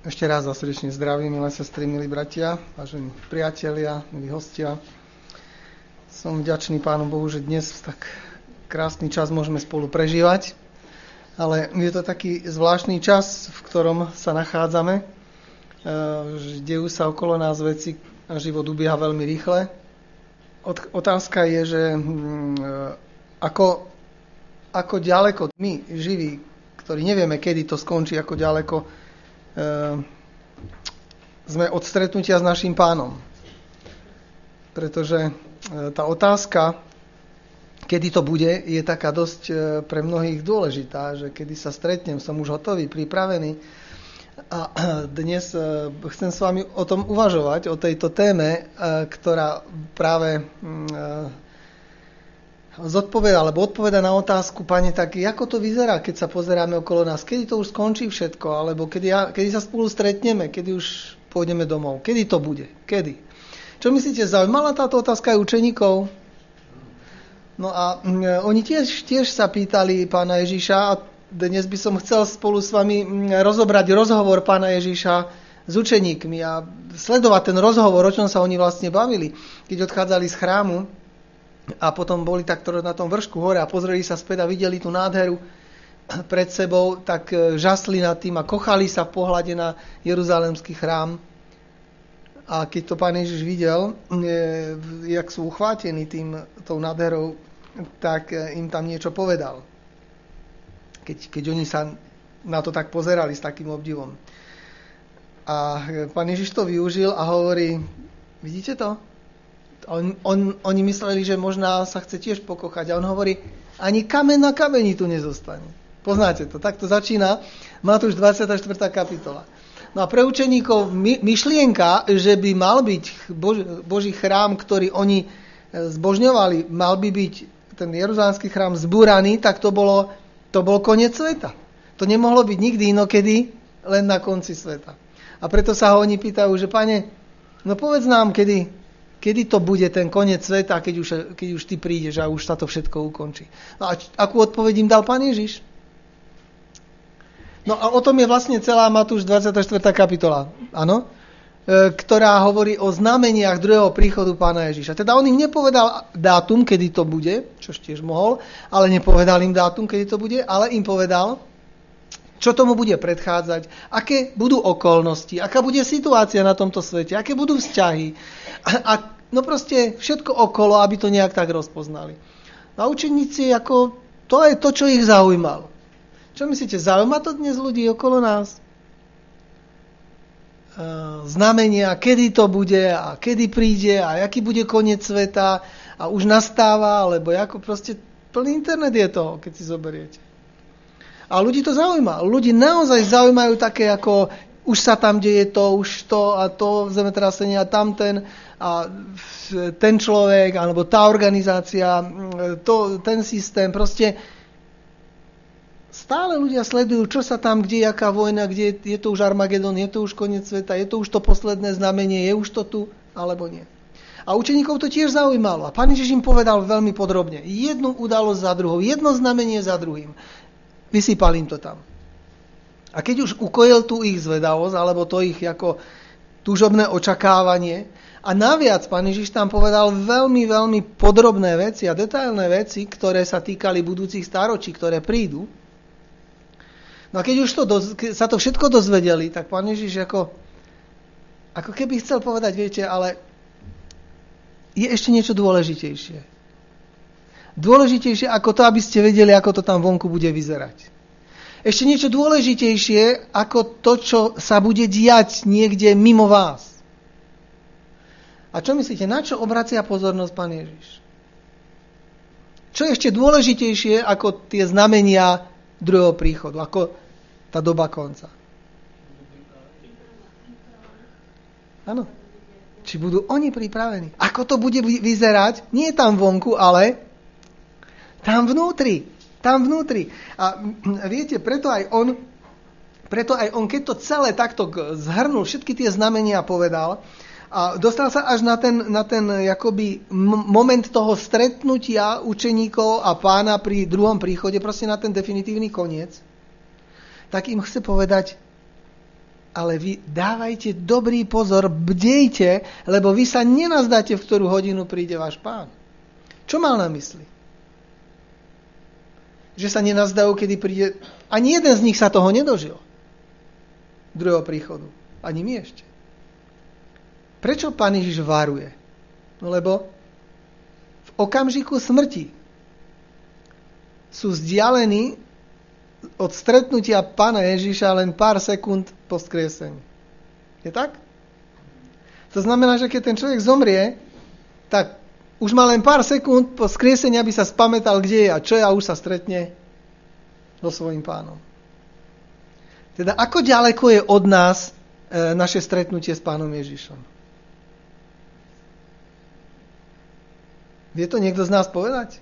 Ešte raz vás srdečne zdravím, milé sestry, milí bratia, vážení priatelia, milí hostia. Som vďačný Pánu Bohu, že dnes tak krásny čas môžeme spolu prežívať, ale je to taký zvláštny čas, v ktorom sa nachádzame. Dejú sa okolo nás veci a život ubieha veľmi rýchle. Otázka je, že ako ďaleko my, živí, ktorí nevieme, kedy to skončí, ako ďaleko sme od stretnutia s naším Pánom. Pretože tá otázka, kedy to bude, je taká dosť pre mnohých dôležitá, že kedy sa stretnem, som už hotový, pripravený. A dnes chcem s vami o tom uvažovať, o tejto téme, ktorá práve odpoveda na otázku, Pane, tak ako to vyzerá, keď sa pozeráme okolo nás? Kedy to už skončí všetko? Alebo kedy sa spolu stretneme? Kedy už pôjdeme domov? Kedy to bude? Kedy? Čo myslíte, zaujímala táto otázka aj učeníkov? No a oni tiež sa pýtali Pána Ježiša a dnes by som chcel spolu s vami rozobrať rozhovor Pána Ježiša s učeníkmi a sledovať ten rozhovor, o čom sa oni vlastne bavili, keď odchádzali z chrámu. A potom boli takto na tom vršku hore a pozreli sa späť a videli tú nádheru pred sebou, tak žasli nad tým a kochali sa v pohľade na Jeruzalemský chrám. A keď to Pán Ježiš videl, jak sú uchvátení tou nádherou, tak im tam niečo povedal. Keď oni sa na to tak pozerali s takým obdivom. A Pán Ježiš to využil a hovorí, vidíte to? Oni mysleli, že možná sa chce tiež pokochať. A on hovorí, ani kameň na kameni tu nezostane. Poznáte to, tak to začína Matúš 24. kapitola. No a pre učeníkov myšlienka, že by mal byť Boží chrám, ktorý oni zbožňovali, mal by byť ten jeruzalemský chrám zbúraný, tak to bol koniec sveta. To nemohlo byť nikdy inokedy, len na konci sveta. A preto sa ho oni pýtajú, že Pane, no povedz nám, kedy to bude ten koniec sveta, keď už ty prídeš a už sa to všetko ukončí. No a akú odpoveď im dal Pán Ježiš? No a o tom je vlastne celá Matúš 24. kapitola, áno? Ktorá hovorí o znameniach druhého príchodu Pána Ježiša. Teda on im nepovedal dátum, kedy to bude, čo tiež mohol, ale nepovedal im dátum, kedy to bude, ale im povedal, čo tomu bude predchádzať, aké budú okolnosti, aká bude situácia na tomto svete, aké budú vzťahy. No proste všetko okolo, aby to nejak tak rozpoznali. A učeníci, to je to, čo ich zaujímalo. Čo myslíte, zaujíma to dnes ľudí okolo nás? Znamenia, kedy to bude a kedy príde a aký bude koniec sveta a už nastáva, alebo ako proste plný internet je toho, keď si zoberiete. A ľudí to zaujíma. Ľudí naozaj zaujímajú také ako už sa tam deje to, už to a to zemetrasenie a tamten a ten človek, alebo tá organizácia, ten systém. Proste stále ľudia sledujú, čo sa tam, kde je aká vojna, kde je to už Armagedon, je to už koniec sveta, je to už to posledné znamenie, je už to tu, alebo nie. A učeníkov to tiež zaujímalo. A Pán Ježiš im povedal veľmi podrobne. Jednu udalosť za druhou, jedno znamenie za druhým. Vysypal im to tam. A keď už ukojil tú ich zvedavosť, alebo to ich ako túžobné očakávanie, a naviac Pán Ježiš tam povedal veľmi, veľmi podrobné veci a detailné veci, ktoré sa týkali budúcich stáročí, ktoré prídu. No a keď už sa to všetko dozvedeli, tak Pán Ježiš ako keby chcel povedať, viete, ale je ešte niečo dôležitejšie. Dôležitejšie ako to, aby ste vedeli, ako to tam vonku bude vyzerať. Ešte niečo dôležitejšie ako to, čo sa bude diať niekde mimo vás. A čo myslíte, na čo obracia pozornosť Pán Ježiš? Čo je ešte dôležitejšie ako tie znamenia druhého príchodu, ako tá doba konca? Áno. Či budú oni pripravení? Ako to bude vyzerať? Nie tam vonku, ale tam vnútri. Tam vnútri. A viete, preto aj on, keď to celé takto zhrnul, všetky tie znamenia povedal, a dostal sa až na ten jakoby moment toho stretnutia učeníkov a Pána pri druhom príchode, proste na ten definitívny koniec, tak im chce povedať, ale vy dávajte dobrý pozor, bdejte, lebo vy sa nenazdáte, v ktorú hodinu príde váš Pán. Čo mal na mysli? Že sa nenazdajú, kedy príde... Ani jeden z nich sa toho nedožil. Druhého príchodu. Ani my ešte. Prečo Pán Ježiš varuje? No lebo v okamžiku smrti sú vzdialení od stretnutia Pána Ježiša len pár sekúnd po vzkriesení. Je tak? To znamená, že keď ten človek zomrie, tak už má len pár sekúnd po vzkriesení, aby sa spamätal, kde je a čo je, a už sa stretne so svojím Pánom. Teda ako ďaleko je od nás naše stretnutie s Pánom Ježišom? Vie to niekto z nás povedať?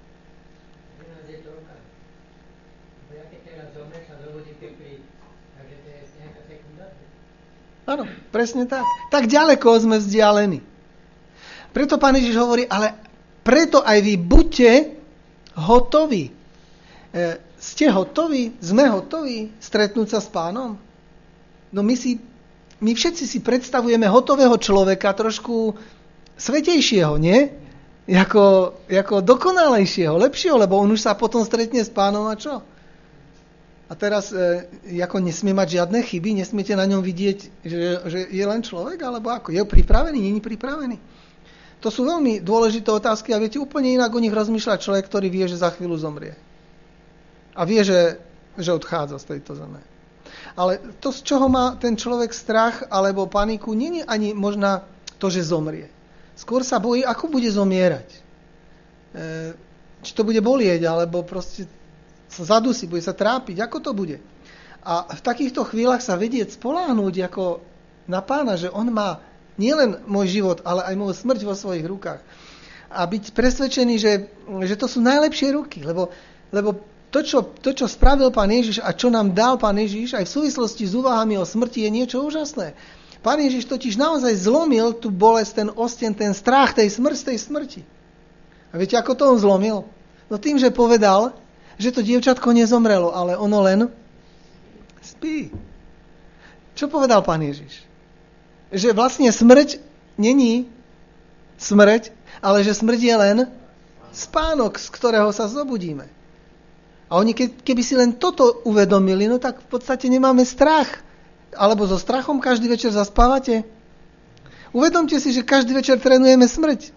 Áno, presne tak. Tak ďaleko sme vzdialení. Preto Pán Ježiš hovorí, ale preto aj vy buďte hotoví. Ste hotoví? Sme hotoví stretnúť sa s Pánom? No my všetci si predstavujeme hotového človeka trošku svätejšieho, nie? Ako dokonalejšieho, lepšieho, lebo on už sa potom stretne s Pánom a čo? A teraz ako nesmie mať žiadne chyby, nesmiete na ňom vidieť, že je len človek, alebo ako? Je pripravený, nie je pripravený? To sú veľmi dôležité otázky a viete, úplne inak o nich rozmýšľa človek, ktorý vie, že za chvíľu zomrie. A vie, že odchádza z tejto zeme. Ale to, z čoho má ten človek strach alebo paniku, nie je ani možná to, že zomrie. Skôr sa bojí, ako bude zomierať. Či to bude bolieť, alebo proste sa zadusí, bude sa trápiť, ako to bude. A v takýchto chvíľach sa vedieť spoľahnúť ako na Pána, že on má nielen môj život, ale aj moju smrť vo svojich rukách. A byť presvedčený, že to sú najlepšie ruky, lebo to, čo spravil Pán Ježiš a čo nám dal Pán Ježiš, aj v súvislosti s úvahami o smrti, je niečo úžasné. Pán Ježiš totiž naozaj zlomil tú bolesť, ten osten, ten strach tej smrti. A viete, ako to on zlomil? No tým, že povedal, že to dievčatko nezomrelo, ale ono len spí. Čo povedal Pán Ježiš? Že vlastne smrť není smrť, ale že smrť je len spánok, z ktorého sa zobudíme. A oni, keby si len toto uvedomili, no tak v podstate nemáme strach. Alebo so strachom každý večer zaspávate? Uvedomte si, že každý večer trénujeme smrť.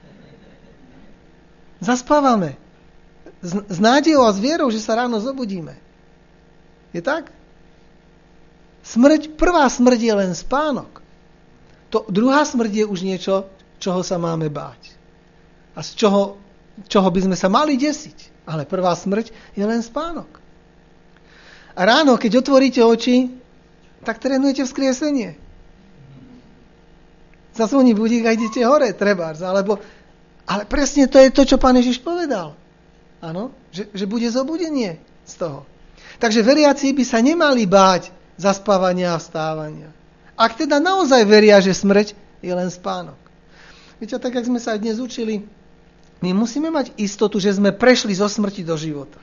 Zaspávame. S nádejou a s vierou, že sa ráno zobudíme. Je tak? Prvá smrť je len spánok. Druhá smrť je už niečo, čoho sa máme báť. A z čoho by sme sa mali desiť. Ale prvá smrť je len spánok. A ráno, keď otvoríte oči, tak trénujete vzkriesenie. Zazvoní budík a idete hore, trebárs. Ale presne to je to, čo Pán Ježiš povedal. Áno, že bude zobudenie z toho. Takže veriaci by sa nemali báť zaspávania a vstávania. Ak teda naozaj veria, že smrť je len spánok. Viete, tak jak sme sa aj dnes učili, my musíme mať istotu, že sme prešli zo smrti do života.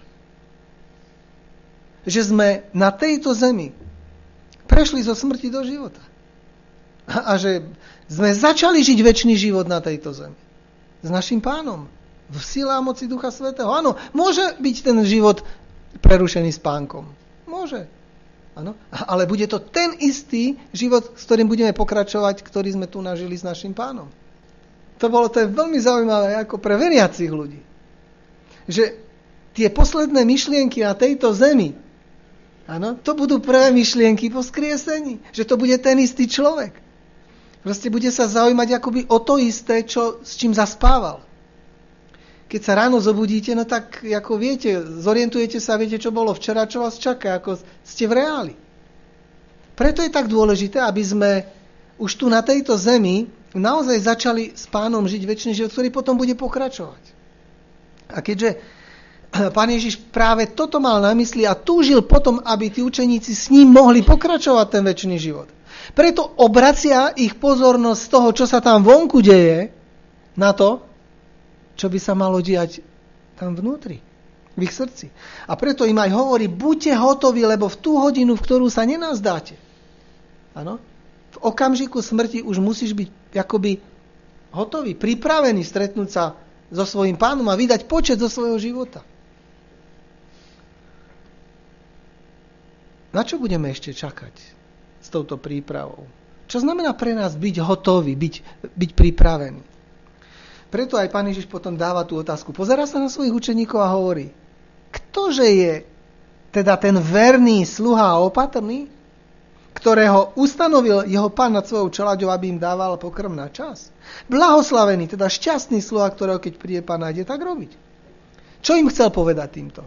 Že sme na tejto zemi prešli zo smrti do života. A že sme začali žiť večný život na tejto zemi. S našim Pánom. V sile a moci Ducha Svätého. Áno, môže byť ten život prerušený spánkom. Môže. Áno. Ale bude to ten istý život, s ktorým budeme pokračovať, ktorý sme tu nažili s našim Pánom. To je veľmi zaujímavé ako pre veriacich ľudí. Že tie posledné myšlienky na tejto zemi, áno, to budú prvé myšlienky po skriesení. Že to bude ten istý človek. Proste bude sa zaujímať akoby o to isté, s čím zaspával. Keď sa ráno zobudíte, no tak ako viete, zorientujete sa, viete, čo bolo včera, čo vás čaká, ako ste v reáli. Preto je tak dôležité, aby sme už tu na tejto zemi naozaj začali s Pánom žiť večný život, ktorý potom bude pokračovať. A keďže Pán Ježiš práve toto mal na mysli a túžil potom, aby tí učeníci s ním mohli pokračovať ten večný život. Preto obracia ich pozornosť z toho, čo sa tam vonku deje, na to, čo by sa malo diať tam vnútri, v ich srdci. A preto im aj hovorí, buďte hotoví, lebo v tú hodinu, v ktorú sa nenazdáte, Áno? V okamžiku smrti už musíš byť akoby hotový, pripravený stretnúť sa so svojím pánom a vydať počet zo svojho života. Na čo budeme ešte čakať s touto prípravou? Čo znamená pre nás byť hotový, byť pripravený? Preto aj Pán Ježiš potom dáva tú otázku. Pozerá sa na svojich učeníkov a hovorí, ktože je teda ten verný sluha a opatrný, ktorého ustanovil jeho pán nad svojou čeľaďou, aby im dával pokrm na čas? Blahoslavený, teda šťastný sluha, ktorého keď príde pán, nájde tak robiť. Čo im chcel povedať týmto?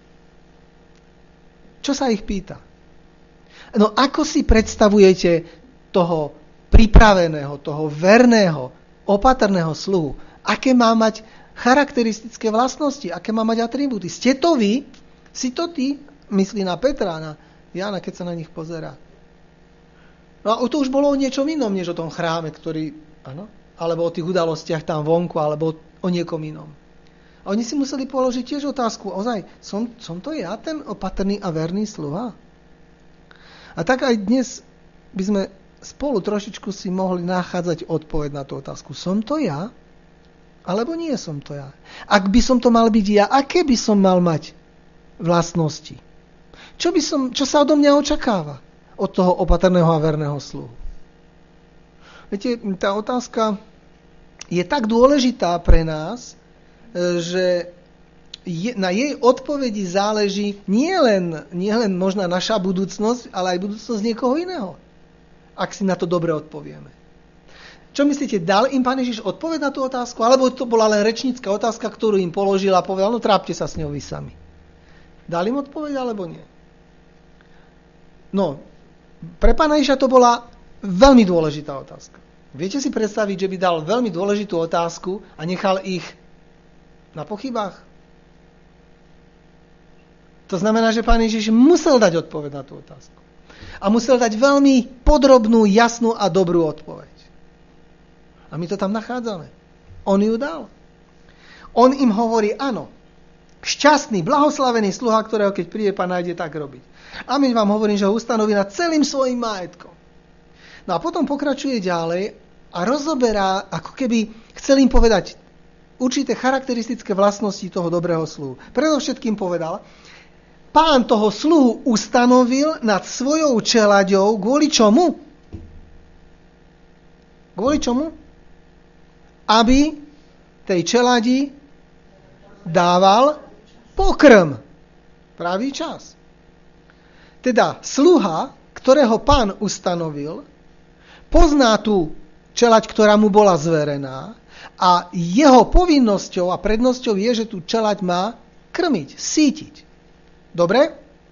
Čo sa ich pýta? No ako si predstavujete toho pripraveného, toho verného, opatrného sluhu? Aké má mať charakteristické vlastnosti? Aké má mať atribúty? Ste to vy? Si to ty? Myslí na Petra, na Jána, keď sa na nich pozerá. No a to už bolo o niečom inom, než o tom chráme, ktorý, áno, alebo o tých udalostiach tam vonku, alebo o niekom inom. A oni si museli položiť tiež otázku, ozaj, som to ja, ten opatrný a verný sluha? A tak aj dnes by sme spolu trošičku si mohli nachádzať odpoveď na tú otázku. Som to ja? Alebo nie som to ja? Ak by som to mal byť ja, aké by som mal mať vlastnosti? Čo sa odo mňa očakáva od toho opatrného a verného sluhu? Viete, tá otázka je tak dôležitá pre nás, že na jej odpovedi záleží nielen možná naša budúcnosť, ale aj budúcnosť niekoho iného. Ak si na to dobre odpovieme. Čo myslíte, dal im Pán Ježiš odpoveď na tú otázku? Alebo to bola len rečnícka otázka, ktorú im položil a povedal, no trápte sa s ňou vy sami. Dal im odpoveď, alebo nie? No, pre Pána Ježiša to bola veľmi dôležitá otázka. Viete si predstaviť, že by dal veľmi dôležitú otázku a nechal ich na pochybách? To znamená, že Pán Ježiš musel dať odpoveď na tú otázku. A musel dať veľmi podrobnú, jasnú a dobrú odpoveď. A my to tam nachádzame. On ju dal. On im hovorí, áno, šťastný, blahoslavený sluha, ktorého keď príde pán, nájde tak robiť. A my vám hovorím, že ho ustanoví nad celým svojím majetkom. No a potom pokračuje ďalej a rozoberá, ako keby chcel im povedať určité charakteristické vlastnosti toho dobrého sluhu. Predovšetkým povedal, pán toho sluhu ustanovil nad svojou čeľaďou kvôli čomu? Kvôli čomu? Aby tej čeľadi dával pokrm. Pravý čas. Teda sluha, ktorého pán ustanovil, pozná tú čeľaď, ktorá mu bola zverená a jeho povinnosťou a prednosťou je, že tú čeľaď má krmiť, sítiť. Dobre?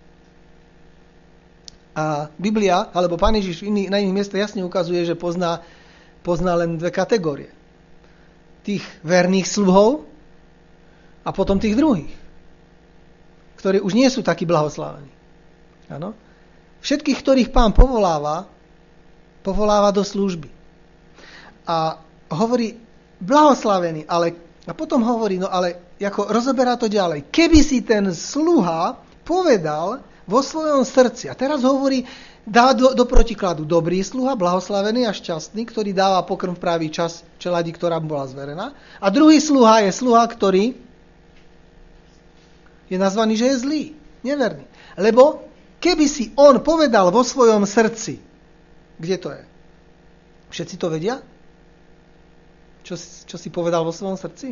A Biblia, alebo Pán Ježiš na iných miestach jasne ukazuje, že pozná len dve kategórie. Tých verných sluhov a potom tých druhých, ktorí už nie sú takí blahoslavení. Áno? Všetkých, ktorých pán povoláva do služby. A hovorí blahoslavený, a potom hovorí, no ale ako rozoberá to ďalej. Keby si ten sluha povedal vo svojom srdci, a teraz hovorí, dá do protikladu dobrý sluha, blahoslavený a šťastný, ktorý dáva pokrm v pravý čas čeladi, ktorá mu bola zverená. A druhý sluha je sluha, ktorý je nazvaný, že je zlý, neverný. Lebo keby si on povedal vo svojom srdci, kde to je? Všetci to vedia? Čo si povedal vo svojom srdci?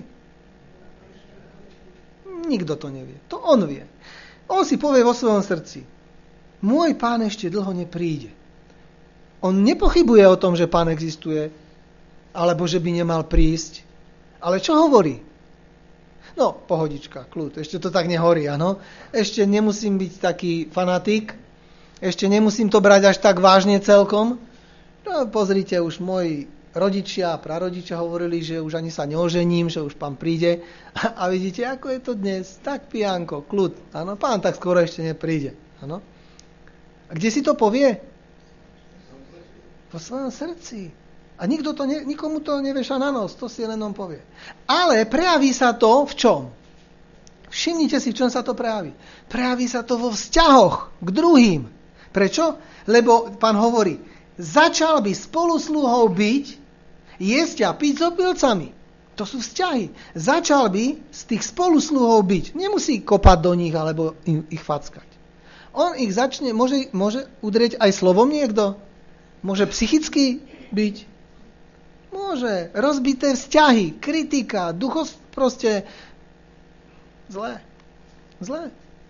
Nikto to nevie. To on vie. On si povie vo svojom srdci, môj pán ešte dlho nepríde. On nepochybuje o tom, že pán existuje, alebo že by nemal prísť. Ale čo hovorí? No, pohodička, kľud, ešte to tak nehorí, áno. Ešte nemusím byť taký fanatik, ešte nemusím to brať až tak vážne celkom. No, pozrite, už moji rodičia a prarodičia hovorili, že už ani sa neožením, že už pán príde. A vidíte, ako je to dnes? Tak pijanko, kľud, áno. Pán tak skoro ešte nepríde, áno. A kde si to povie? Vo svojom srdci. A nikomu to neveša na nos, to si len on povie. Ale prejaví sa to v čom? Všimnite si, v čom sa to prejaví. Prejaví sa to vo vzťahoch k druhým. Prečo? Lebo pán hovorí, začal by spolusluhou byť, jesť a piť s opilcami. To sú vzťahy. Začal by z tých spolusluhov byť. Nemusí kopať do nich alebo ich fackať. On ich začne, môže udrieť aj slovom niekto? Môže psychicky byť? Môže. Rozbité vzťahy, kritika, proste zlé. Zlé.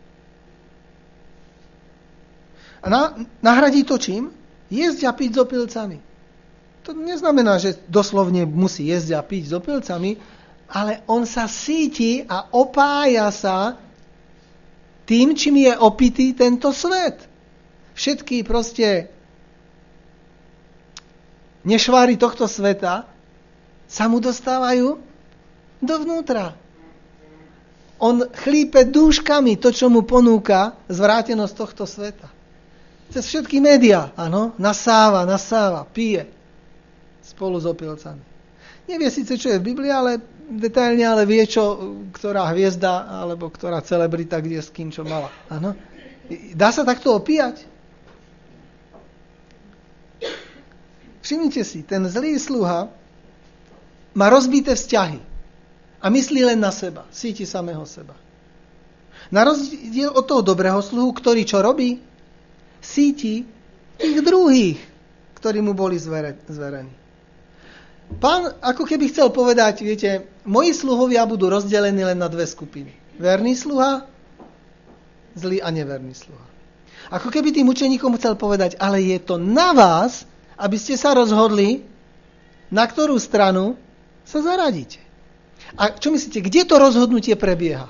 A nahradí to čím? Jesť a piť s opilcami. To neznamená, že doslovne musí jesť a piť s opilcami, ale on sa síti a opája sa tým, čím je opitý tento svet. Všetky proste nešváry tohto sveta sa mu dostávajú dovnútra. On chlípe dúškami to, čo mu ponúka zvrátenosť tohto sveta. Cez všetky médiá, áno, nasáva, pije spolu s opilcami. Nevie síce, čo je v Biblii, ale detailne, ale vie, čo, ktorá hviezda, alebo ktorá celebrita, kde s kým čo mala. Áno. Dá sa takto opíjať? Všimnite si, ten zlý sluha má rozbité vzťahy a myslí len na seba, síti samého seba. Na rozdiel od toho dobrého sluhu, ktorý čo robí? Síti tých druhých, ktorí mu boli zverení. Pán ako keby chcel povedať, viete, moji sluhovia budú rozdelení len na dve skupiny. Verný sluha, zlý a neverný sluha. Ako keby tým učeníkom chcel povedať, ale je to na vás, aby ste sa rozhodli, na ktorú stranu sa zaradíte. A čo myslíte, kde to rozhodnutie prebieha?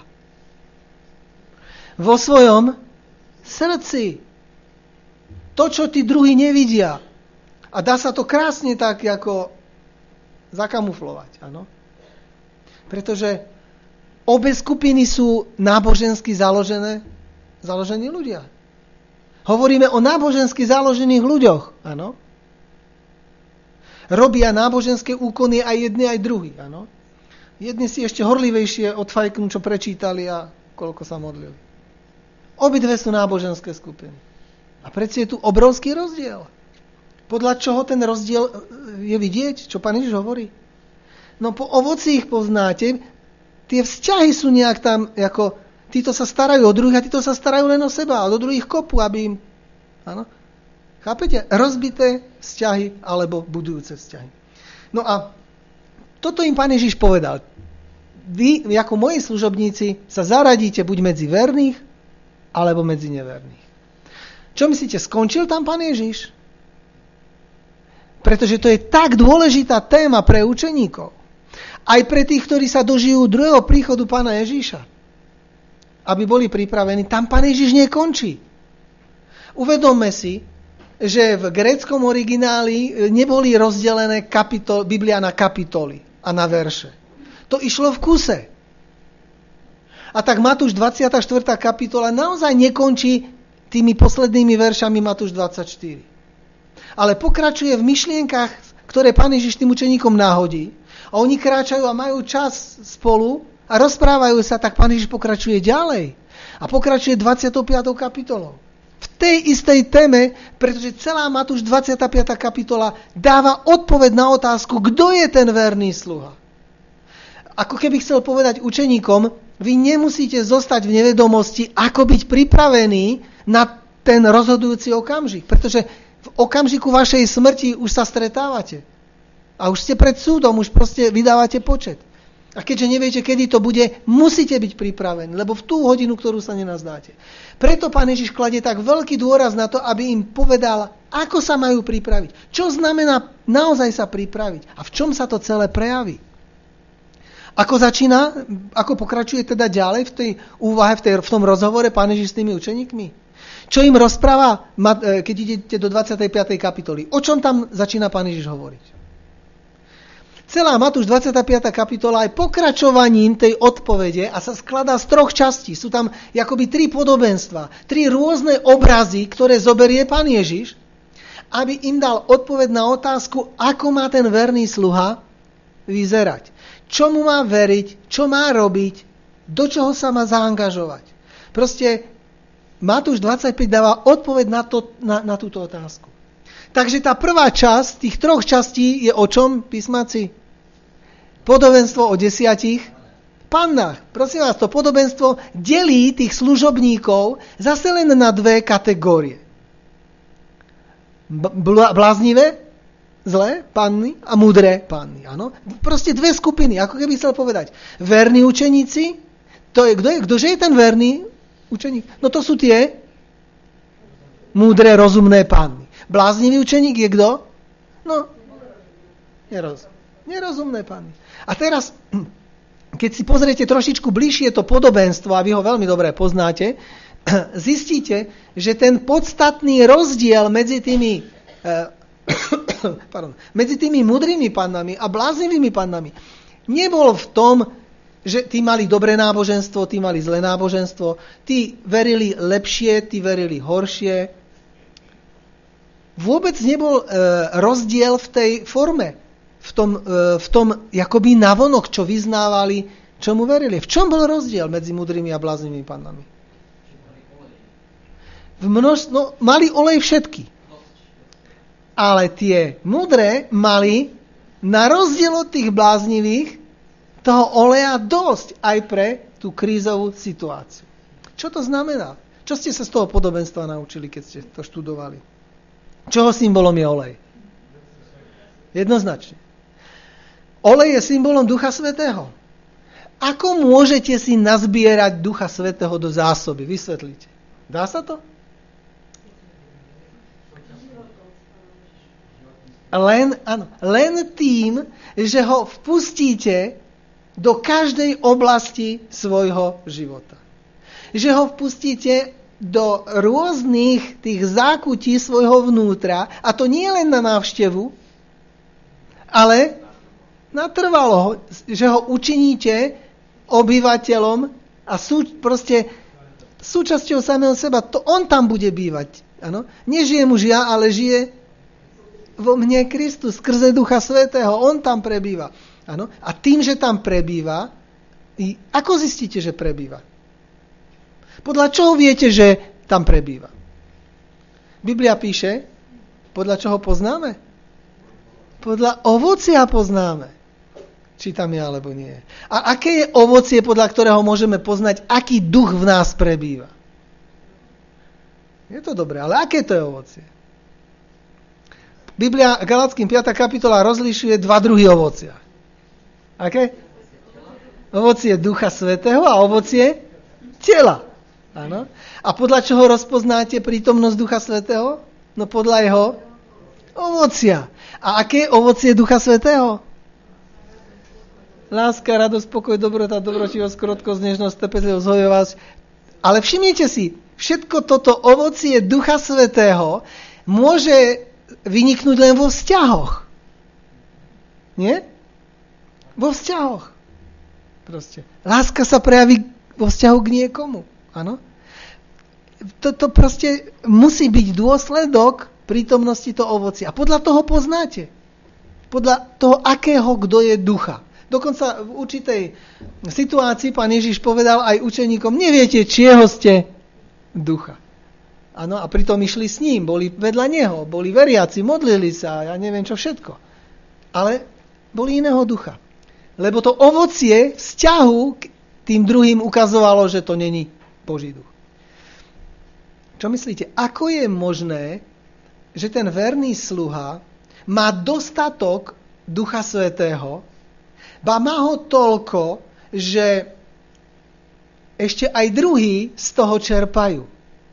Vo svojom srdci. To, čo tí druhí nevidia. A dá sa to krásne tak, ako zakamuflovať, áno? Pretože obe skupiny sú nábožensky založení ľudia. Hovoríme o nábožensky založených ľuďoch, áno? Robia náboženské úkony aj jedni, aj druhí, áno? Jedni si ešte horlivejšie odfajknú, čo prečítali a koľko sa modlili. Obidve sú náboženské skupiny. A predsa je tu obrovský rozdiel. Podľa čoho ten rozdiel je vidieť? Čo Pán Ježiš hovorí? No po ovoci ich poznáte. Tie vzťahy sú nejak tam, ako títo sa starajú o druhých a títo sa starajú len o seba. A do druhých kopu, aby im... Áno? Chápete? Rozbité vzťahy alebo budujúce vzťahy. No a toto im Pán Ježiš povedal. Vy, ako moji služobníci, sa zaradíte buď medzi verných, alebo medzi neverných. Čo myslíte, skončil tam Pán Ježiš? Pretože to je tak dôležitá téma pre učeníkov. Aj pre tých, ktorí sa dožijú druhého príchodu Pána Ježiša. Aby boli pripravení. Tam Pán Ježiš nekončí. Uvedomme si, že v gréckom origináli neboli rozdelené Biblia na kapitoly a na verše. To išlo v kuse. A tak Matúš 24. kapitola naozaj nekončí tými poslednými veršami Matúš 24. Ale pokračuje v myšlienkach, ktoré Pán Ježiš tým učeníkom náhodí. A oni kráčajú a majú čas spolu a rozprávajú sa, tak Pán Ježiš pokračuje ďalej. A pokračuje 25. kapitolou. V tej istej téme, pretože celá Matúš 25. kapitola dáva odpoveď na otázku, kto je ten verný sluha. Ako keby chcel povedať učeníkom, vy nemusíte zostať v nevedomosti, ako byť pripravený na ten rozhodujúci okamžik. Pretože v okamžiku vašej smrti už sa stretávate. A už ste pred súdom, už proste vydávate počet. A keďže neviete, kedy to bude, musíte byť pripravení, lebo v tú hodinu, ktorú sa nenazdáte. Preto Pán Ježiš kladie tak veľký dôraz na to, aby im povedal, ako sa majú pripraviť. Čo znamená naozaj sa pripraviť a v čom sa to celé prejaví. Ako začína, ako pokračuje teda ďalej v tej úvahe, v tom rozhovore Pán Ježiš s tými učeníkmi? Čo im rozpráva, keď idete do 25. kapitoly? O čom tam začína Pán Ježiš hovoriť? Celá Matúš 25. kapitola je pokračovaním tej odpovede a sa skladá z 3 častí. Sú tam akoby 3 podobenstva, 3 rôzne obrazy, ktoré zoberie Pán Ježiš, aby im dal odpoveď na otázku, ako má ten verný sluha vyzerať. Čo mu má veriť, čo má robiť, do čoho sa má zaangažovať. Proste Matúš 25 dáva odpoveď na túto otázku. Takže tá prvá časť tých 3 častí je o čom, písmaci? Podobenstvo o 10 pannách. Prosím vás, to podobenstvo delí tých služobníkov zase len na 2 kategórie. Bláznivé, zlé panny a múdre panny. Áno? Proste 2 skupiny, ako keby chcel povedať. Verní učeníci, to je, ktože je ten verný učeník? No to sú tie múdre, rozumné panny. Bláznivý učeník je kto? No, nerozumné panny. A teraz, keď si pozriete trošičku bližšie to podobenstvo, a vy ho veľmi dobre poznáte, zistíte, že ten podstatný rozdiel medzi tými múdrymi pannami a bláznivými pannami nebol v tom, že tí mali dobré náboženstvo, tí mali zlé náboženstvo, tí verili lepšie, tí verili horšie. Vôbec nebol rozdiel v tej forme, v tom akoby navonok, čo vyznávali, čomu verili. V čom bol rozdiel medzi múdrymi a bláznivými pannami? Mali olej všetky. Ale tie múdre mali, na rozdiel od tých bláznivých, toho oleja dosť aj pre tú krízovú situáciu. Čo to znamená? Čo ste sa z toho podobenstva naučili, keď ste to študovali? Čoho symbolom je olej? Jednoznačne. Olej je symbolom Ducha Svätého. Ako môžete si nazbierať Ducha Svätého do zásoby? Vysvetlite. Dá sa to? Len tým, že ho vpustíte do každej oblasti svojho života. Že ho vpustíte do rôznych tých zákutí svojho vnútra, a to nie len na návštevu, ale natrvalo, že ho učiníte obyvateľom a proste súčasťou samého seba. To on tam bude bývať. Ano? Nežijem už ja, ale žije vo mne Kristus skrze Ducha Svätého. On tam prebýva. Ano? A tým, že tam prebýva, ako zistíte, že prebýva? Podľa čoho viete, že tam prebýva? Biblia píše, podľa čoho poznáme? Podľa ovocia poznáme, či tam je alebo nie. A aké je ovocie, podľa ktorého môžeme poznať, aký duch v nás prebýva? Je to dobré, ale aké to je ovocie? Biblia Galatským 5. kapitola rozlišuje 2 druhy ovocia. Aké? Ovocie Ducha Svätého a ovocie tela. Áno. A podľa čoho rozpoznáte prítomnosť Ducha Svätého? No podľa jeho ovocia. A aké je ovocie Ducha Svätého? Láska, radosť, pokoj, dobrota, dobrotivosť, krotkosť, nežnosť, trpezlivosť, hojivosť. Ale všimnite si, všetko toto ovocie Ducha Svätého môže vyniknúť len vo vzťahoch. Nie? Vo vzťahoch. Proste. Láska sa prejaví vo vzťahu k niekomu. Áno? To proste musí byť dôsledok prítomnosti toho ovocia. A podľa toho poznáte. Podľa toho, akého kto je ducha. Dokonca v určitej situácii pán Ježiš povedal aj učeníkom, neviete, čieho ste ducha. Áno, a pritom išli s ním, boli vedľa neho, boli veriaci, modlili sa, ja neviem čo všetko. Ale boli iného ducha. Lebo to ovocie vzťahu k tým druhým ukazovalo, že to není Boží duch. Čo myslíte? Ako je možné, že ten verný sluha má dostatok Ducha Svätého, ba má ho toľko, že ešte aj druhí z toho čerpajú?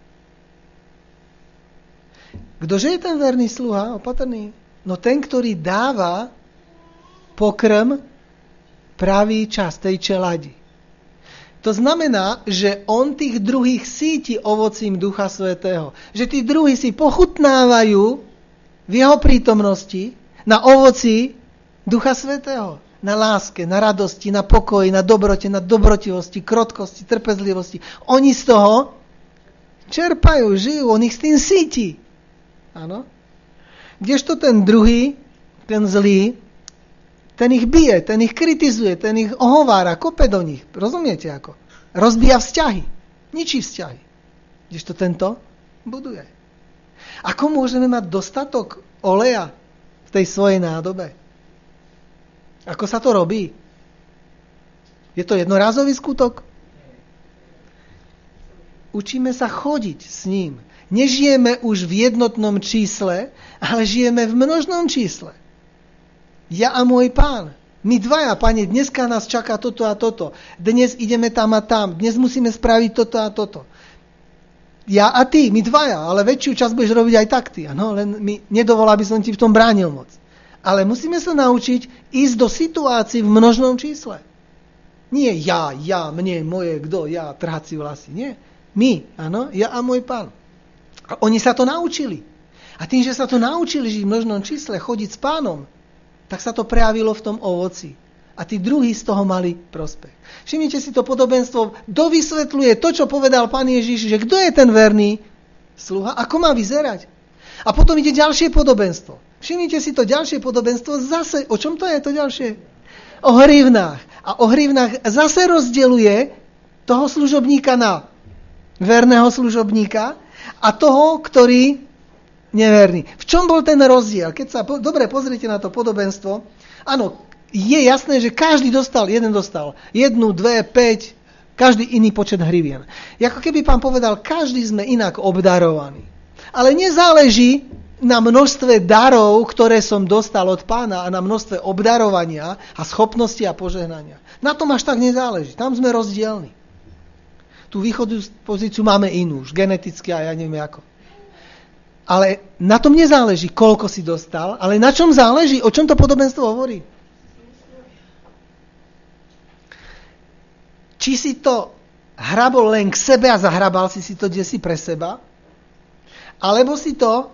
Ktože je ten verný sluha, opatrný? No ten, ktorý dáva pokrm pravý čas tej čeladi. To znamená, že on tých druhých síti ovocím Ducha Svätého. Že tí druhí si pochutnávajú v jeho prítomnosti na ovoci Ducha Svätého. Na láske, na radosti, na pokoji, na dobrote, na dobrotivosti, krotkosti, trpezlivosti. Oni z toho čerpajú, žijú, on ich s tým síti. Áno? Kdežto ten druhý, ten zlý, ten ich bije, ten ich kritizuje, ten ich ohovára, kope do nich. Rozumiete ako? Rozbíja vzťahy. Ničí vzťahy. Kdežto tento buduje. Ako môžeme mať dostatok oleja v tej svojej nádobe? Ako sa to robí? Je to jednorázový skutok? Učíme sa chodiť s ním. Nežijeme už v jednotnom čísle, ale žijeme v množnom čísle. Ja a môj Pán. My dvaja, Pane, dneska nás čaká toto a toto. Dnes ideme tam a tam. Dnes musíme spraviť toto a toto. Ja a ty, my dvaja, ale väčšiu časť budeš robiť aj tak ty. Ano? Len mi nedovol, aby som ti v tom bránil moc. Ale musíme sa naučiť ísť do situácií v množnom čísle. Nie ja, mne, moje, kto, ja, trhať si vlasy. Nie. My, áno, ja a môj Pán. A oni sa to naučili. A tým, že sa to naučili žiť v množnom čísle, chodiť s Pánom, tak sa to prejavilo v tom ovoci. A tí druhí z toho mali prospech. Všimnite si to podobenstvo, dovysvetľuje to, čo povedal Pán Ježiš, že kto je ten verný sluha, ako má vyzerať. A potom ide ďalšie podobenstvo. Všimnite si to ďalšie podobenstvo, zase, o čom to je to ďalšie? O hrivnách. A o hrivnách zase rozdeľuje toho služobníka na verného služobníka a toho, ktorý neverný. V čom bol ten rozdiel? Keď sa dobre pozrite na to podobenstvo, áno, je jasné, že každý jeden dostal 1, 2, 5, každý iný počet hrivien. Ako keby Pán povedal, každý sme inak obdarovaní. Ale nezáleží na množstve darov, ktoré som dostal od Pána a na množstve obdarovania a schopnosti a požehnania. Na tom až tak nezáleží. Tam sme rozdielni. Tú východnú pozíciu máme inú, už geneticky a ja neviem ako. Ale na tom nezáleží, koľko si dostal, ale na čom záleží, o čom to podobenstvo hovorí. Či si to hrabol len k sebe a zahrabal si to kdesi pre seba, alebo si to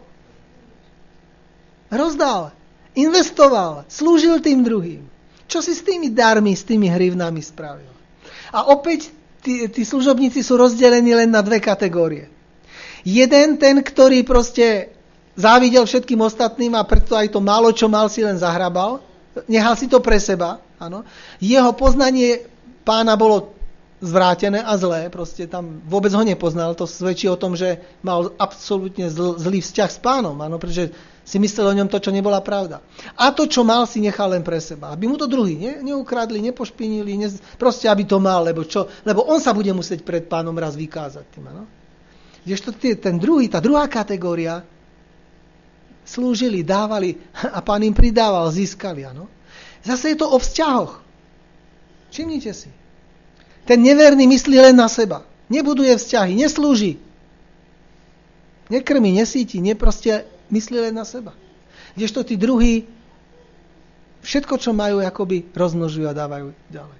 rozdal, investoval, slúžil tým druhým. Čo si s tými darmi, s tými hrivnami spravil? A opäť tí služobníci sú rozdelení len na dve kategórie. Jeden, ten, ktorý proste závidel všetkým ostatným a preto aj to málo, čo mal, si len zahrabal. Nechal si to pre seba. Áno. Jeho poznanie Pána bolo zvrátené a zlé. Proste tam vôbec ho nepoznal. To svedčí o tom, že mal absolútne zlý vzťah s Pánom. Áno, pretože si myslel o ňom to, čo nebola pravda. A to, čo mal, si nechal len pre seba. Aby mu to druhý neukradli, nepošpinili, proste aby to mal, lebo on sa bude musieť pred Pánom raz vykázať. Tým, áno. Kdežto tá druhá kategória slúžili, dávali a Pán im pridával, získali. Áno. Zase je to o vzťahoch. Všimnite si. Ten neverný myslí len na seba. Nebuduje vzťahy, neslúži. Nekrmi, nesíti, proste myslí len na seba. Kdežto tí druhí všetko, čo majú, akoby rozmnožujú a dávajú ďalej.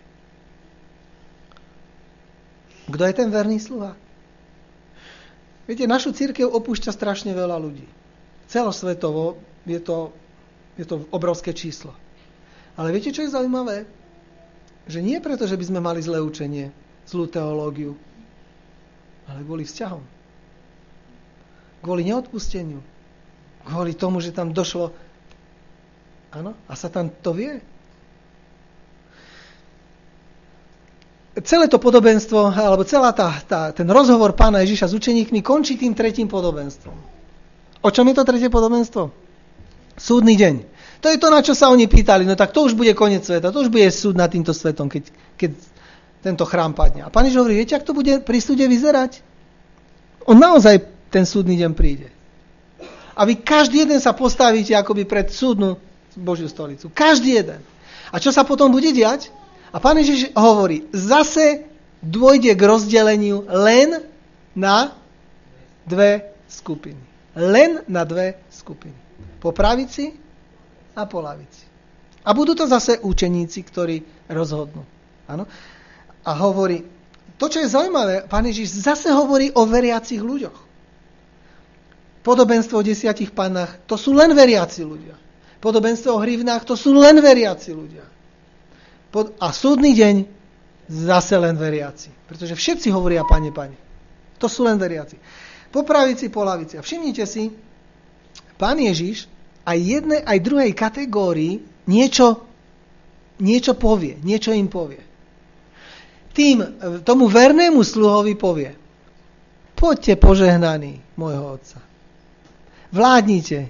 Kto je ten verný sluha? Viete, našu cirkev opúšťa strašne veľa ľudí. Celosvetovo je to obrovské číslo. Ale viete, čo je zaujímavé? Že nie preto, že by sme mali zlé učenie, zlú teológiu, ale kvôli vzťahom. Kvôli neodpusteniu. Kvôli tomu, že tam došlo. Áno? A Satan to vie. Celé to podobenstvo, alebo celá ten rozhovor Pána Ježiša s učeníkmi končí tým tretím podobenstvom. O čom je to tretie podobenstvo? Súdny deň. To je to, na čo sa oni pýtali. No tak to už bude koniec sveta, to už bude súd nad týmto svetom, keď tento chrám padne. A Pán Ježiš hovorí, viete, ak to bude pri súde vyzerať? On naozaj ten súdny deň príde. A vy každý jeden sa postavíte akoby pred súdnu Božiu stolicu. Každý jeden. A čo sa potom bude diať? A Pán Ježiš hovorí, zase dôjde k rozdeleniu len na dve skupiny. Len na dve skupiny. Po pravici a po lavici. A budú to zase učeníci, ktorí rozhodnú. Áno? A hovorí, to, čo je zaujímavé, Pán Ježiš zase hovorí o veriacich ľuďoch. Podobenstvo o 10 pannách, to sú len veriaci ľudia. Podobenstvo o hrivnách, to sú len veriaci ľudia. A súdny deň zase len veriaci. Pretože všetci hovoria, Pane. To sú len veriaci. Po pravici, po lavici. A všimnite si, Pán Ježiš aj jednej, aj druhej kategórii niečo povie. Niečo im povie. Tomu vernému sluhovi povie, poďte požehnaní môjho Otca. Vládnite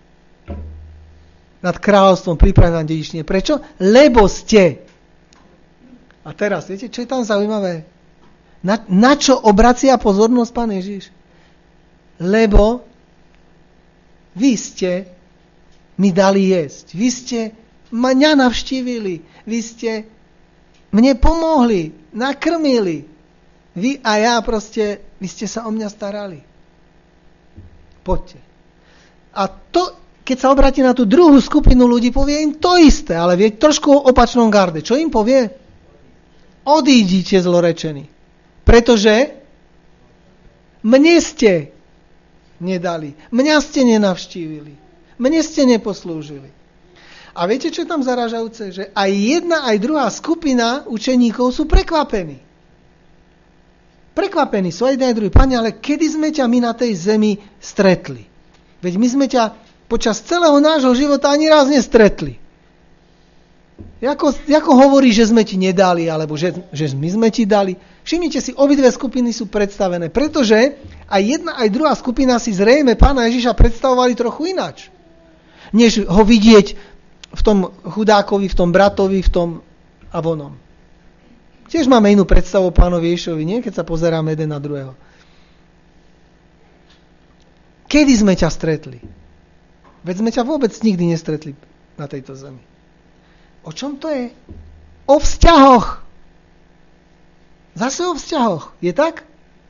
nad kráľovstvom pripravené na dedične. Prečo? Lebo ste. A teraz, viete, čo je tam zaujímavé? Na čo obracia pozornosť Pán Ježiš? Lebo vy ste mi dali jesť. Vy ste mňa navštívili. Vy ste mne pomohli, nakrmili. Vy a ja proste, vy ste sa o mňa starali. Poďte. A to, keď sa obráti na tú druhú skupinu ľudí, povie im to isté, ale vie trošku o opačnom garde. Čo im povie? Odídite, zlorečení. Pretože mne ste nedali. Mňa ste nenavštívili. Mne ste neposlúžili. A viete, čo je tam zaražajúce? Že aj jedna, aj druhá skupina učeníkov sú prekvapení. Prekvapení sú aj jedna, aj druhý. Pane, ale kedy sme ťa my na tej zemi stretli? Veď my sme ťa počas celého nášho života ani raz nestretli. Ako hovorí, že sme ti nedali, alebo že my sme ti dali? Všimnite si, obidve skupiny sú predstavené, pretože aj jedna, aj druhá skupina si zrejme Pána Ježiša predstavovali trochu ináč. Než ho vidieť v tom chudákovi, v tom bratovi, v tom a vonom. Tiež máme inú predstavu o Pánovi Ježišovi, nie? Keď sa pozeráme jeden na druhého. Kedy sme ťa stretli? Veď sme ťa vôbec nikdy nestretli na tejto zemi. O čom to je? O vzťahoch. Zase o vzťahoch. Je tak?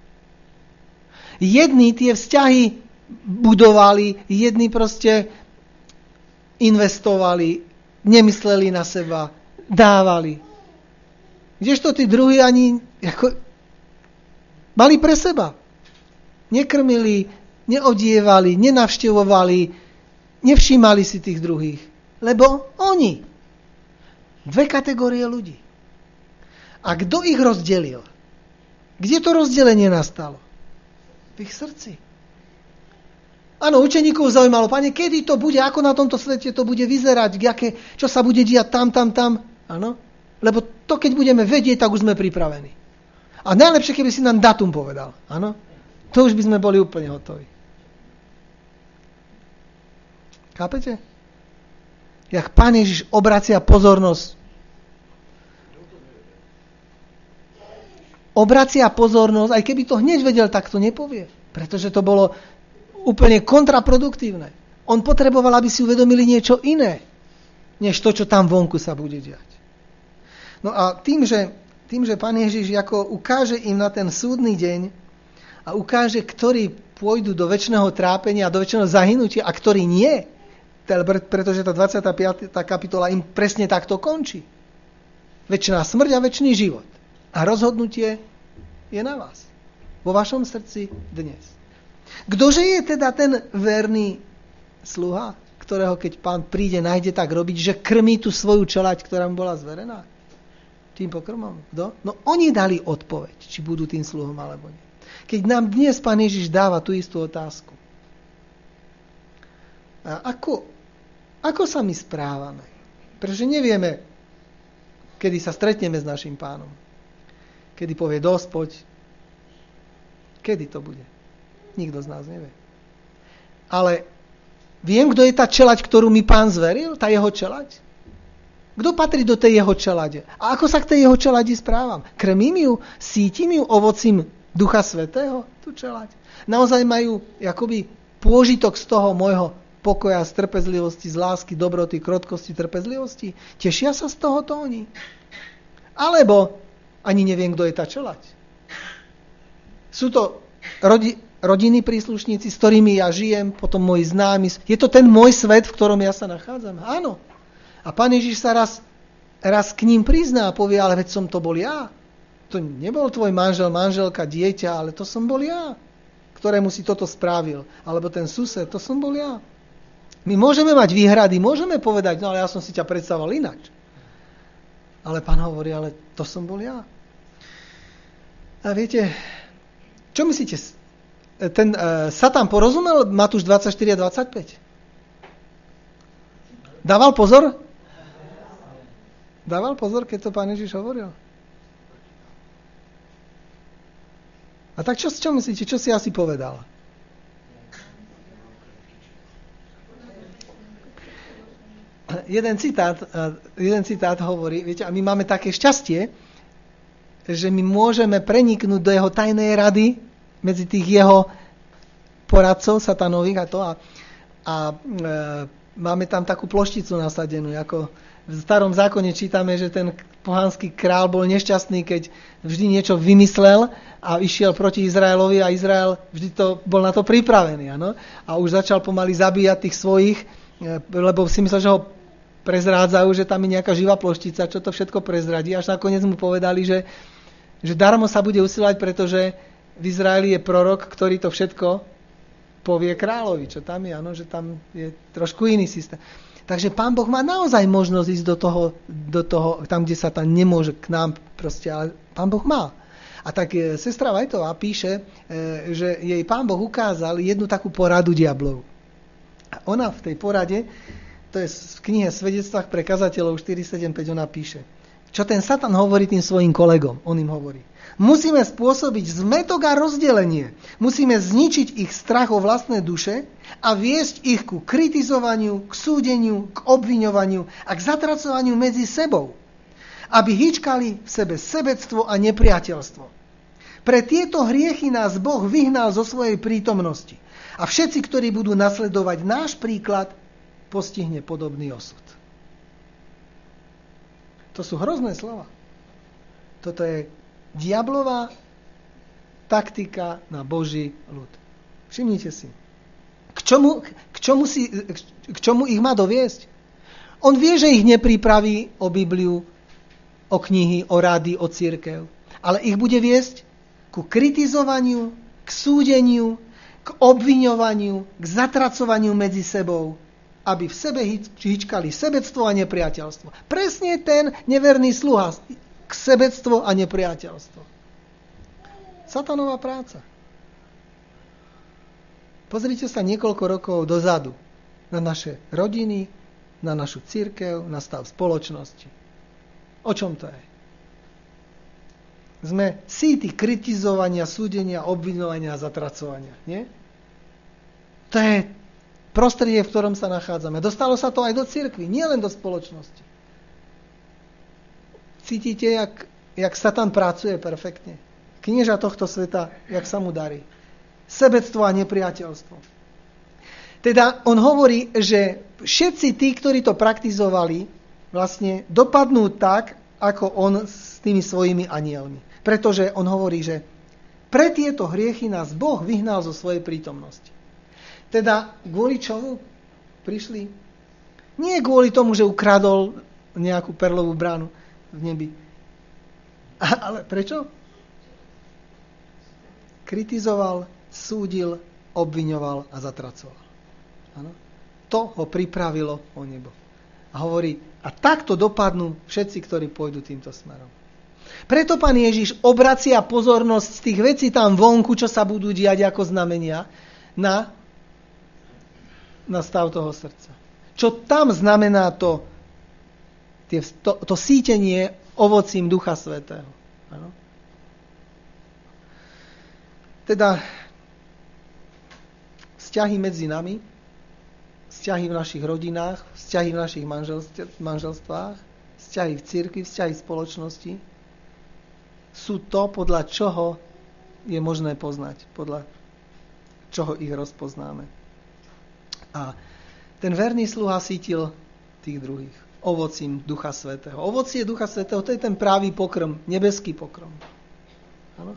Jedni tie vzťahy budovali, jedni proste investovali, nemysleli na seba, dávali. Kdežto tí druhí ani mali pre seba. Nekrmili, neodievali, nenavštevovali, nevšímali si tých druhých. Lebo oni. Dve kategórie ľudí. A kto ich rozdelil? Kde to rozdelenie nastalo? V ich srdci. Áno, učeníkov zaujímalo, Pane, kedy to bude, ako na tomto svete to bude vyzerať, čo sa bude diať tam. Áno? Lebo to, keď budeme vedieť, tak už sme pripravení. A najlepšie, keby si nám datum povedal. Áno? To už by sme boli úplne hotoví. Chápete? Jak Pán Ježiš obracia pozornosť. Obracia pozornosť, aj keby to hneď vedel, tak to nepovie. Pretože to bolo úplne kontraproduktívne. On potreboval, aby si uvedomili niečo iné, než to, čo tam vonku sa bude diať. No a tým, že Pán Ježiš ako ukáže im na ten súdny deň a ukáže, ktorí pôjdu do večného trápenia a do večného zahynutia a ktorí nie, pretože tá 25. kapitola im presne takto končí. Večná smrť a večný život. A rozhodnutie je na vás. Vo vašom srdci dnes. Kdože je teda ten verný sluha, ktorého keď Pán príde, nájde tak robiť, že krmí tú svoju čeľaď, ktorá mu bola zverená? Tým pokrmom. Kto? No oni dali odpoveď, či budú tým sluhom alebo nie. Keď nám dnes Pán Ježiš dáva tú istú otázku. A ako sa my správame? Pretože nevieme, kedy sa stretneme s našim Pánom. Kedy povie dosť, poď. Kedy to bude? Nikto z nás nevie. Ale viem, kto je tá čeľaď, ktorú mi Pán zveril? Tá jeho čeľaď? Kto patrí do tej jeho čeľade? A ako sa k tej jeho čeľadi správam? Krmím ju? Sítim ju ovocím Ducha Svätého? Tú čeľaď? Naozaj majú akoby pôžitok z toho môjho pokoja, z trpezlivosti, z lásky, dobroty, krotkosti, trpezlivosti? Tešia sa z tohoto oni? Alebo ani neviem, kto je tá čeľaď. Sú to rodinní príslušníci, s ktorými ja žijem, potom moji známi. Je to ten môj svet, v ktorom ja sa nachádzam? Áno. A Pán Ježiš sa raz k ním prizná a povie, ale veď som to bol ja. To nebol tvoj manžel, manželka, dieťa, ale to som bol ja, ktorému si toto spravil. Alebo ten sused, to som bol ja. My môžeme mať výhrady, môžeme povedať, no ale ja som si ťa predstavoval ináč. Ale Pán hovorí, ale to som bol ja. A viete, čo myslíte? Ten Satan porozumel Matúš 24 a 25? Dával pozor? Dával pozor, keď to Pán Ježiš hovoril? A tak čo myslíte? Čo si asi povedal? jeden citát hovorí, viete, a my máme také šťastie, že my môžeme preniknúť do jeho tajnej rady medzi tých jeho poradcov satanových a máme tam takú plošticu nasadenú, ako v starom zákone čítame, že ten pohanský král bol nešťastný, keď vždy niečo vymyslel a išiel proti Izraelovi a Izrael vždy bol na to pripravený. Ano? A už začal pomaly zabíjať tých svojich, lebo si myslel, že ho prezrádzajú, že tam je nejaká živá ploštica, čo to všetko prezradí. Až nakoniec mu povedali, že darmo sa bude usilovať, pretože v Izraeli je prorok, ktorý to všetko povie kráľovi, čo tam je, ano? Že tam je trošku iný systém. Takže Pán Boh má naozaj možnosť ísť do toho, tam, kde sa tam nemôže k nám proste, ale Pán Boh má. A tak sestra Vajtová píše, že jej Pán Boh ukázal jednu takú poradu diablovu. A ona v tej porade, to je v knihe Svedectvách pre kazateľov 4.7.5, ona píše, čo ten Satan hovorí tým svojim kolegom, on im hovorí. Musíme spôsobiť zmätok a rozdelenie. Musíme zničiť ich strach o vlastné duše a viesť ich ku kritizovaniu, k súdeniu, k obviňovaniu a k zatracovaniu medzi sebou. Aby hýčkali v sebe sebectvo a nepriateľstvo. Pre tieto hriechy nás Boh vyhnal zo svojej prítomnosti. A všetci, ktorí budú nasledovať náš príklad, postihne podobný osud. To sú hrozné slova. Toto je diablová taktika na Boží ľud. Všimnite si. K čomu ich má doviesť? On vie, že ich nepripraví o Bibliu, o knihy, o rady, o cirkev. Ale ich bude viesť ku kritizovaniu, k súdeniu, k obviňovaniu, k zatracovaniu medzi sebou, aby v sebe hýčkali sebectvo a nepriateľstvo. Presne ten neverný sluha. K sebectvo a nepriateľstvo. Satanová práca. Pozrite sa niekoľko rokov dozadu na naše rodiny, na našu cirkev, na stav spoločnosti. O čom to je? Sme síti kritizovania, súdenia, obviňovania a zatracovania. Nie? To je prostredie, v ktorom sa nachádzame. Dostalo sa to aj do cirkvi, nie len do spoločnosti. Cítite, jak Satan pracuje perfektne. Knieža tohto sveta, jak sa mu darí. Sebectvo a nepriateľstvo. Teda on hovorí, že všetci tí, ktorí to praktizovali, vlastne dopadnú tak, ako on s tými svojimi anielmi. Pretože on hovorí, že pre tieto hriechy nás Boh vyhnal zo svojej prítomnosti. Teda kvôli čomu prišli? Nie kvôli tomu, že ukradol nejakú perlovú bránu v nebi. Ale prečo? Kritizoval, súdil, obviňoval a zatracoval. Ano? To ho pripravilo o nebo. A hovorí, a takto dopadnú všetci, ktorí pôjdu týmto smerom. Preto Pán Ježiš obracia pozornosť z tých vecí tam vonku, čo sa budú diať ako znamenia, na stav toho srdca. Čo tam znamená to sítenie ovocím Ducha Svätého. Ano? Teda vzťahy medzi nami, vzťahy v našich rodinách, vzťahy v našich manželstvách, vzťahy v cirkvi, vzťahy v spoločnosti sú to, podľa čoho je možné poznať, podľa čoho ich rozpoznáme. A ten verný sluha sítil tých druhých ovocím Ducha Svätého. Ovocie Ducha Svätého, to je ten pravý pokrm, nebeský pokrm. Áno?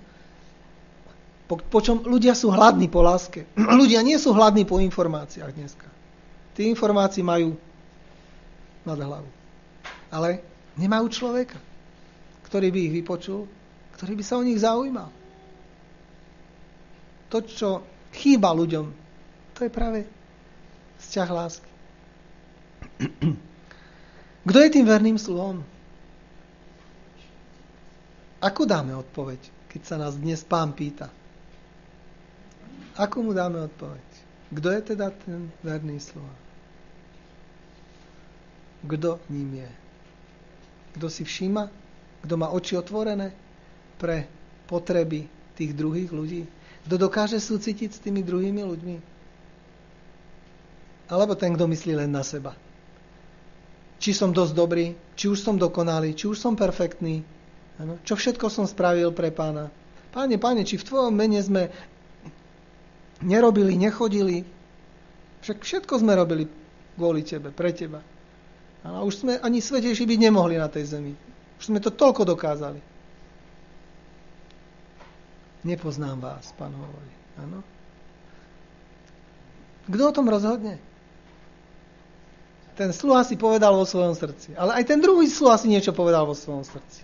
Počom ľudia sú hladní po láske. Ľudia nie sú hladní po informáciách dneska. Tí informácií majú nad hlavu. Ale nemajú človeka, ktorý by ich vypočul, ktorý by sa o nich zaujímal. To, čo chýba ľuďom, to je práve vzťah lásky. Kto je tým verným sluhom? Ako dáme odpoveď, keď sa nás dnes Pán pýta? Ako mu dáme odpoveď? Kto je teda ten verný sluha? Kto ním je? Kto si všíma? Kto má oči otvorené pre potreby tých druhých ľudí? Kto dokáže súcitiť s tými druhými ľuďmi? Alebo ten, kto myslí len na seba? či som dosť dobrý, či už som dokonalý, či už som perfektný. Ano? Čo všetko som spravil pre Pána. Páne, či v Tvojom mene sme nerobili, nechodili. Však všetko sme robili kvôli Tebe, pre Teba. A už sme ani svätejší byť nemohli na tej zemi. Už sme to toľko dokázali. Nepoznám vás, Pán hovorí. Áno. Kto o tom rozhodne? Ten sluha si povedal vo svojom srdci. Ale aj ten druhý sluha si niečo povedal vo svojom srdci.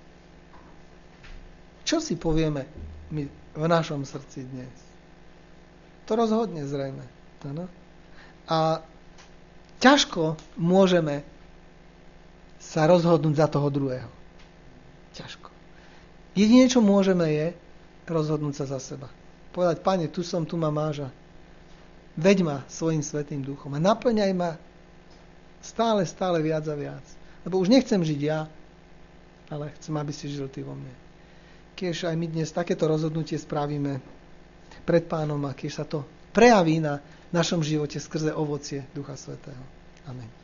Čo si povieme my v našom srdci dnes? To rozhodne zrejme. Áno. A ťažko môžeme sa rozhodnúť za toho druhého. Ťažko. Jedine, čo môžeme, je rozhodnúť sa za seba. Povedať, Pane, tu som, tu ma máš. Veď ma svojim svätým duchom a naplňaj ma stále viac a viac. Lebo už nechcem žiť ja, ale chcem, aby si žil Ty vo mne. Keď aj my dnes takéto rozhodnutie spravíme pred Pánom a keď sa to prejaví na našom živote skrze ovocie Ducha Svätého. Amen.